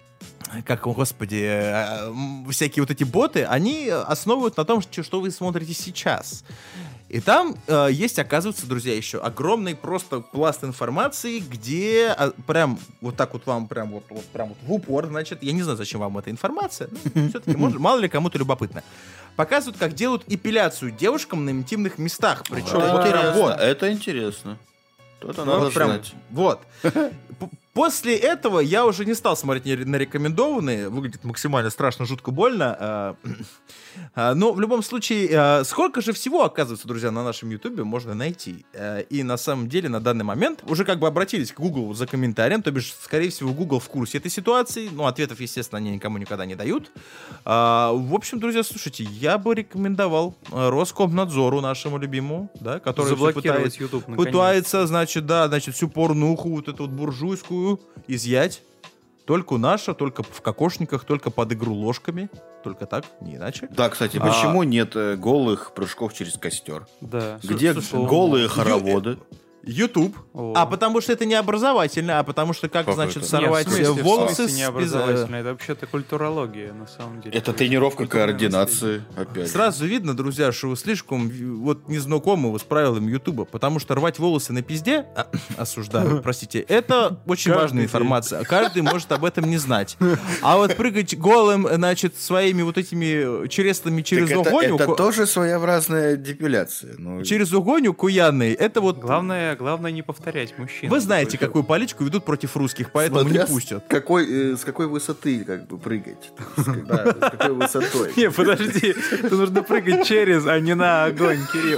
всякие вот эти боты, они основывают на том, что вы смотрите сейчас. И там есть, оказывается, друзья, еще огромный просто пласт информации, где прям вот так вот вам прям вот в упор, значит, я не знаю, зачем вам эта информация, но все-таки мало ли кому-то любопытно. Показывают, как делают эпиляцию девушкам на интимных местах. Причем Это интересно. Это надо вот прям, знать. вот. После этого я уже не стал смотреть на рекомендованные. Выглядит максимально страшно, жутко, больно. Но в любом случае, сколько же всего, оказывается, друзья, на нашем Ютубе можно найти. И на самом деле на данный момент уже как бы обратились к Google за комментарием, то бишь, скорее всего, Google в курсе этой ситуации. Но ответов, естественно, они никому никогда не дают. В общем, друзья, слушайте, я бы рекомендовал Роскомнадзору нашему любимому, да, который Заблокировать YouTube, пытается, значит, всю порнуху, вот эту вот буржуйскую, изъять. Только наша, только в кокошниках, только под игру ложками. Только так, не иначе. Да, кстати, почему нет голых прыжков через костер? Да. Где Слушай, голые хороводы? YouTube. О. Потому что это не образовательно, а потому что как значит, это? сорвать Нет, в смысле, волосы не с образовательно, это вообще-то культурология, на самом деле. Это тренировка координации, опять же. Сразу видно, друзья, что вы слишком вот незнакомы с правилами Ютуба, потому что рвать волосы на пизде, осуждаю, простите, это очень Каждый важная день. информация. Каждый может об этом не знать. А вот прыгать голым, значит, своими вот этими черестами через Так огонь, это тоже своеобразная депиляция. через огонь куянный, это вот... Главное не повторять мужчин. Вы знаете, какую политику ведут против русских, поэтому не пустят. С какой высоты как бы прыгать? С какой высотой? Не, подожди, тут нужно прыгать через, а не на огонь, Кирилл.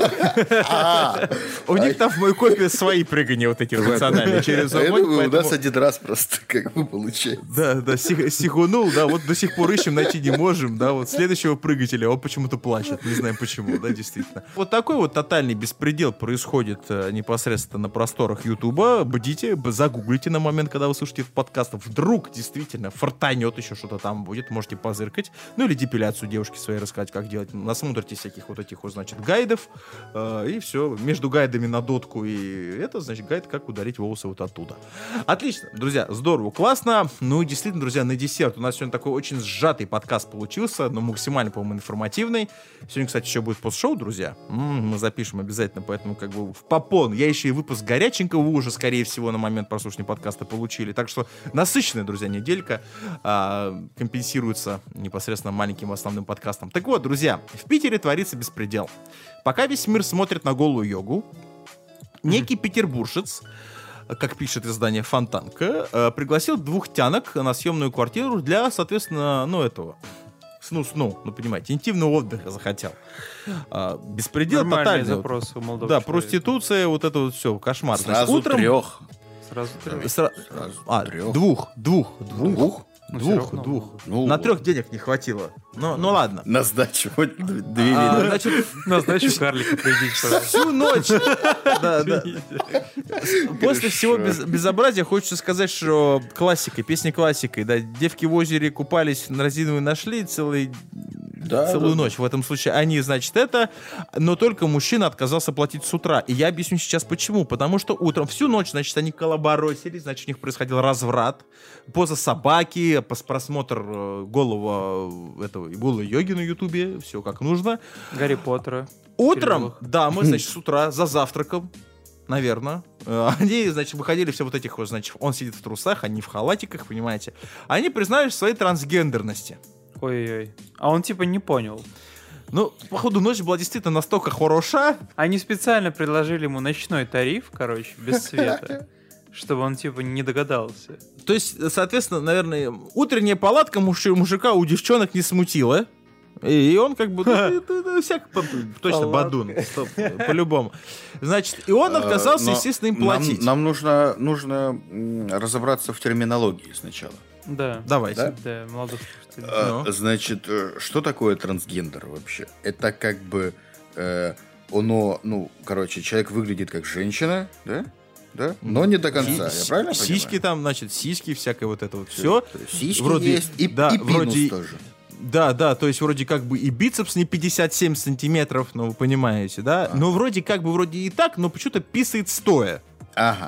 У них там в моей копии свои прыгания вот эти вот национальные через Я огонь, думаю, у нас поэтому... один раз просто как бы получается. Да, сихунул, да, вот до сих пор ищем, найти не можем, да, вот следующего прыгателя, он почему-то плачет, не знаем почему, да, действительно. Вот такой вот тотальный беспредел происходит непосредственно на просторах Ютуба. Бдите, загуглите на момент, когда вы слушаете этот подкаст, вдруг действительно фартанет, еще что-то там будет, можете позыркать, ну или депиляцию девушки своей рассказать, как делать, насмотрите всяких вот этих вот, значит, гайдов, и все, между гайдами на дотку и это, значит, гайд, как удалить волосы вот оттуда. Отлично, друзья, здорово, классно. Ну и действительно, друзья, на десерт у нас сегодня такой очень сжатый подкаст получился, но максимально, по-моему, информативный. Сегодня, кстати, еще будет постшоу, друзья. Мы запишем обязательно, поэтому как бы в попон. Я еще и выпуск горяченького вы уже, скорее всего, на момент прослушивания подкаста получили. Так что насыщенная, друзья, неделька компенсируется непосредственно маленьким основным подкастом. Так вот, друзья, в Питере творится беспредел. Пока весь мир смотрит на голую йогу, некий петербуржец, как пишет издание «Фонтанка», пригласил 2 тянок на съемную квартиру для, соответственно, понимаете, интимного отдыха захотел. Беспредел Нормальный тотальный. запрос у молодого Да, человека. проституция, вот это вот все, кошмар. Сразу Утром... 3. Сразу 3. Сразу 3. 2. Ну, всё равно. 2. Ну, На 3 денег не хватило. Ну ладно. На сдачу. 2 Значит, На сдачу карлика придите, пожалуйста. всю ночь. Да. После всего безобразия хочется сказать, что песня классикой. Да, девки в озере купались, резиновые нашли целую ночь. В этом случае они, значит, но только мужчина отказался платить с утра. И я объясню сейчас почему. Потому что утром всю ночь, значит, они колоборосились, значит, у них происходил разврат, поза собаки, просмотр голой йоги на ютубе, все как нужно. Гарри Поттера. Утром, Перезвук. да, мы, значит, с утра за завтраком, наверное, они, значит, выходили все вот этих вот, значит, он сидит в трусах, они в халатиках, понимаете. Они признались в своей трансгендерности. Ой-ой. А он типа не понял. Ну, походу, ночь была действительно настолько хороша. Они специально предложили ему ночной тариф, короче, без света, чтобы он типа не догадался. То есть, соответственно, наверное, утренняя палатка мужика у девчонок не смутила. И он как бы, точно бадун, по-любому. Значит, и он отказался, естественно, им платить. Нам нужно разобраться в терминологии сначала. Да. Давайте. Да, молодых слушателей. Значит, что такое трансгендер вообще? Это как бы человек выглядит как женщина, да? Да? Но не до конца, я правильно понимаю? Сиськи там, значит, сиськи, всякое вот это вот все. Сиськи Вроде, есть, и да, пенис вроде, тоже. Да, то есть вроде как бы и бицепс не 57 сантиметров, ну вы понимаете, да? Но вроде как бы вроде и так, но почему-то писает стоя. Ага.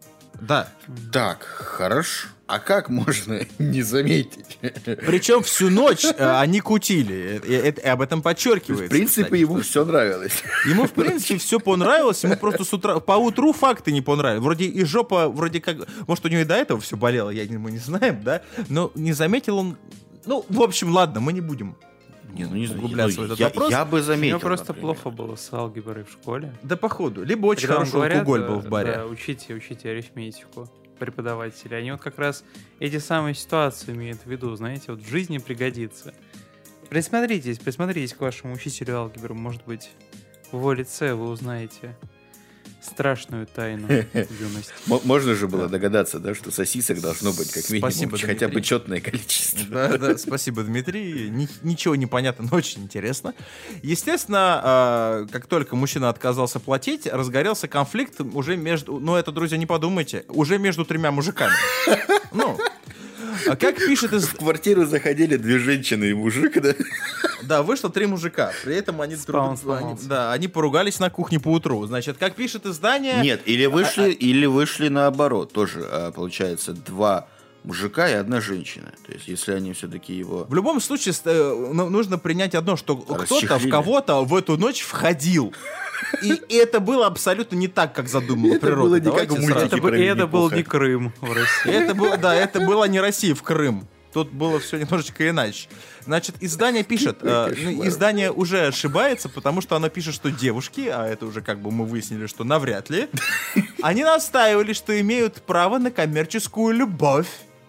Да. Так, хорошо. А как можно не заметить? Причем всю ночь они кутили. И об этом подчеркивается. В принципе, кстати, ему что все нравилось. ему, в принципе, все понравилось. Ему просто с утра, по утру факты не понравились. Вроде и жопа, вроде как... Может, у него и до этого все болело, мы не знаем, да? Но не заметил он... Ну, в общем, ладно, мы не будем углубляться в этот вопрос. Я бы У заметил. него просто например. плохо было с алгеброй в школе. Да, походу. Либо очень Когда вам хороший говорят, алкоголь был в баре. Да, учите арифметику, преподаватели. Они вот как раз эти самые ситуации имеют в виду, знаете, вот в жизни пригодится. Присмотритесь к вашему учителю алгебры. Может быть, в его лице вы узнаете страшную тайну юности. Можно же было догадаться, да, что сосисок должно быть как минимум Спасибо, хотя бы Дмитрий. четное количество. Да, спасибо, Дмитрий. Ничего не понятно, но очень интересно. Естественно, как только мужчина отказался платить, разгорелся конфликт уже между... Ну, это, друзья, не подумайте, уже между 3 мужиками. Ну, как пишет из... В квартиру заходили 2 женщины и мужик, да? Да, вышло 3 мужика. При этом они Сломался. они поругались на кухне поутру. Значит, как пишет издание... Нет, или вышли наоборот. Тоже, получается, 2 мужика и 1 женщина. То есть, если они все-таки его... В любом случае, нужно принять одно, что кто-то в Расчехлили. кого-то в эту ночь входил. И это было абсолютно не так, как задумала Это природа. было не как Давайте в мультике сразу. про Это был Винни-Пуха. не Крым в России. Это была не Россия в Крым. Тут было все немножечко иначе. Значит, издание пишет, издание уже ошибается, потому что оно пишет, что девушки, а это уже как бы мы выяснили, что навряд ли, они настаивали, что имеют право на коммерческую любовь.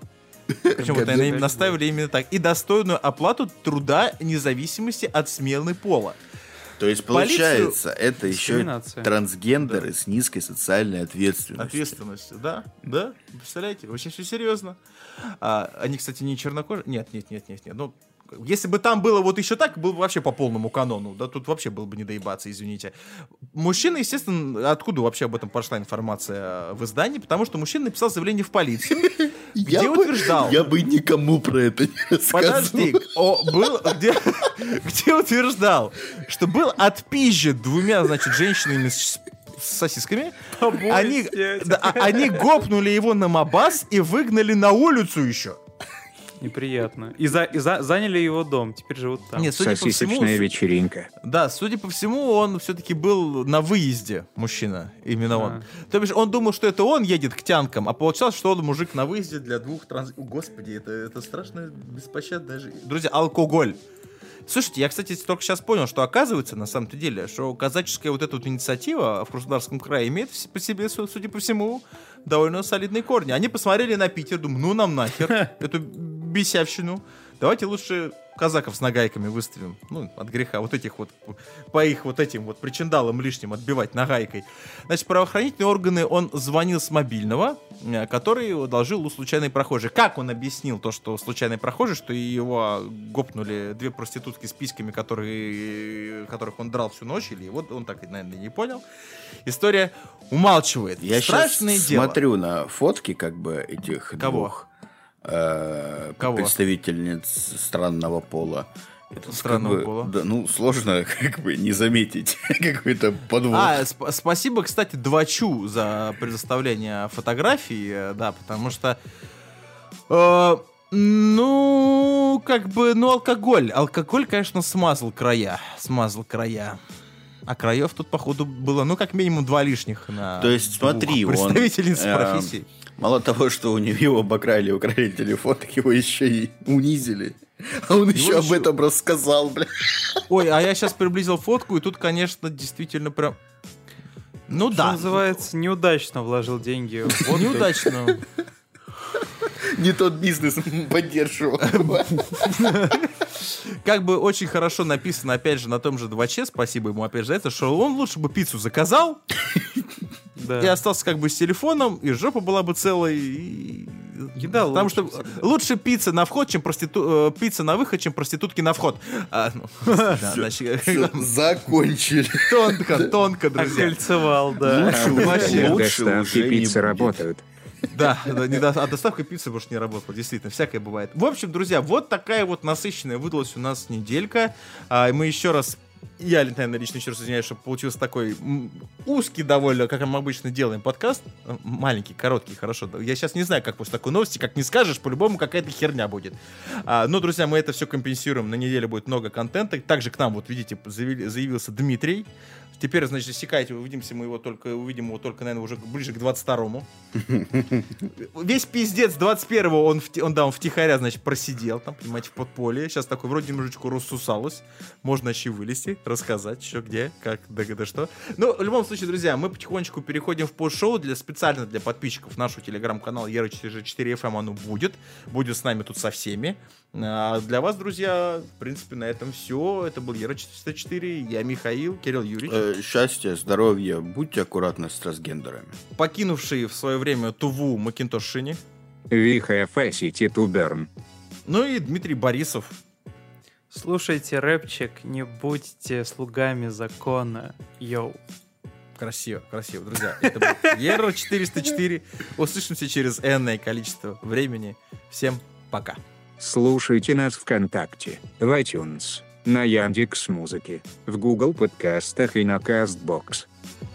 Причем вот они настаивали именно так. И достойную оплату труда независимости от смены пола. То есть, получается, это еще Дискриминация. трансгендеры с низкой социальной ответственностью. Ответственностью, да. Представляете, очень все серьезно. Они, кстати, не чернокожие. Нет. Ну, если бы там было вот еще так, было бы вообще по полному канону. Да, тут вообще было бы не доебаться, извините. Мужчина, естественно, откуда вообще об этом пошла информация в издании? Потому что мужчина написал заявление в полицию, где утверждал... Я бы никому про это не рассказывал. Подожди, где утверждал, что был отпизжен 2, значит, женщинами с сосисками. Они гопнули его на мобас и выгнали на улицу еще. неприятно. И заняли его дом, теперь живут там. Нет, судя по всему, Сосисочная вечеринка. да, судя по всему, он все-таки был на выезде, мужчина, именно он. То бишь, он думал, что это он едет к тянкам, а получалось, что он мужик на выезде для двух Господи, это страшно беспощадная жизнь. Друзья, алкоголь. Слушайте, я, кстати, только сейчас понял, что оказывается, на самом-то деле, что казаческая вот эта вот инициатива в Краснодарском крае имеет по себе, судя по всему, довольно солидные корни. Они посмотрели на Питер, думаю, ну нам нахер эту бесявщину. Давайте лучше казаков с нагайками выставим. Ну, от греха. Вот этих вот, по их вот этим вот причиндалам лишним отбивать нагайкой. Значит, правоохранительные органы, он звонил с мобильного, который одолжил у случайной прохожей. Как он объяснил то, что случайный прохожий, что его гопнули две проститутки с письками, которых он драл всю ночь, или вот он так, наверное, не понял. История умалчивает. Я Страшное сейчас дело. смотрю на фотки как бы этих Кого? двух Кого? представительниц странного пола. Это Странного как бы, пола. Да, ну, сложно как бы не заметить какой-то подвох. Спасибо, кстати, Двачу за предоставление фотографий, да, потому что, алкоголь. Алкоголь, конечно, смазал края. А краев тут, походу, было, как минимум 2 лишних на То есть, смотри, представительниц профессии. Мало того, что у него украли телефон, так его еще и унизили. А он еще об этом рассказал, бля. Ой, а я сейчас приблизил фотку, и тут, конечно, действительно прям... Ну Что да. называется, неудачно вложил деньги. Вот Неудачно. Не тот бизнес поддерживал. Как бы очень хорошо написано, опять же, на том же 2Ч, спасибо ему опять же за это, что он лучше бы пиццу заказал, и остался как бы с телефоном, и жопа была бы целой. Еда Потому лучше что всегда. лучше пицца на вход, чем пицца на выход, чем проститутки на вход. Закончили. Тонко, друзья. Окольцевал, да. Вообще. Лучше Доставки уже не пиццы будет. работают. Да, а доставка пиццы больше не работала, действительно, всякое бывает. В общем, друзья, вот такая вот насыщенная выдалась у нас неделька. Мы еще раз, я, наверное, лично еще раз извиняюсь, что получился такой узкий довольно, как мы обычно делаем подкаст. Маленький, короткий, хорошо. Я сейчас не знаю, как после такой новости, как не скажешь, по-любому какая-то херня будет. Но, друзья, мы это все компенсируем. На неделе будет много контента. Также к нам, вот видите, заявился Дмитрий. Теперь, значит, засекайте, увидим его только, наверное, уже ближе к 22-му. Весь пиздец 21-го он втихаря, значит, просидел там, понимаете, в подполье. Сейчас такой вроде немножечко рассусалось. Можно еще вылезти, рассказать, что где, как, да что. Ну, в любом случае, друзья, мы потихонечку переходим в пост-шоу специально для подписчиков нашего телеграм-канала Ера4G4FM. Оно будет с нами тут со всеми. А для вас, друзья, в принципе, на этом все. Это был Ера404, я Михаил, Кирилл Юрьевич. Счастья, здоровья, будьте аккуратны с трансгендерами. Покинувший в свое время Туву Макинтош Шини. VHF to burn. Ну и Дмитрий Борисов. Слушайте рэпчик, не будьте слугами закона. Йоу. Красиво, друзья. Это был Ера404. Услышимся через энное количество времени. Всем пока. Слушайте нас ВКонтакте, в iTunes, на Яндекс.Музыке, в Google подкастах и на Castbox.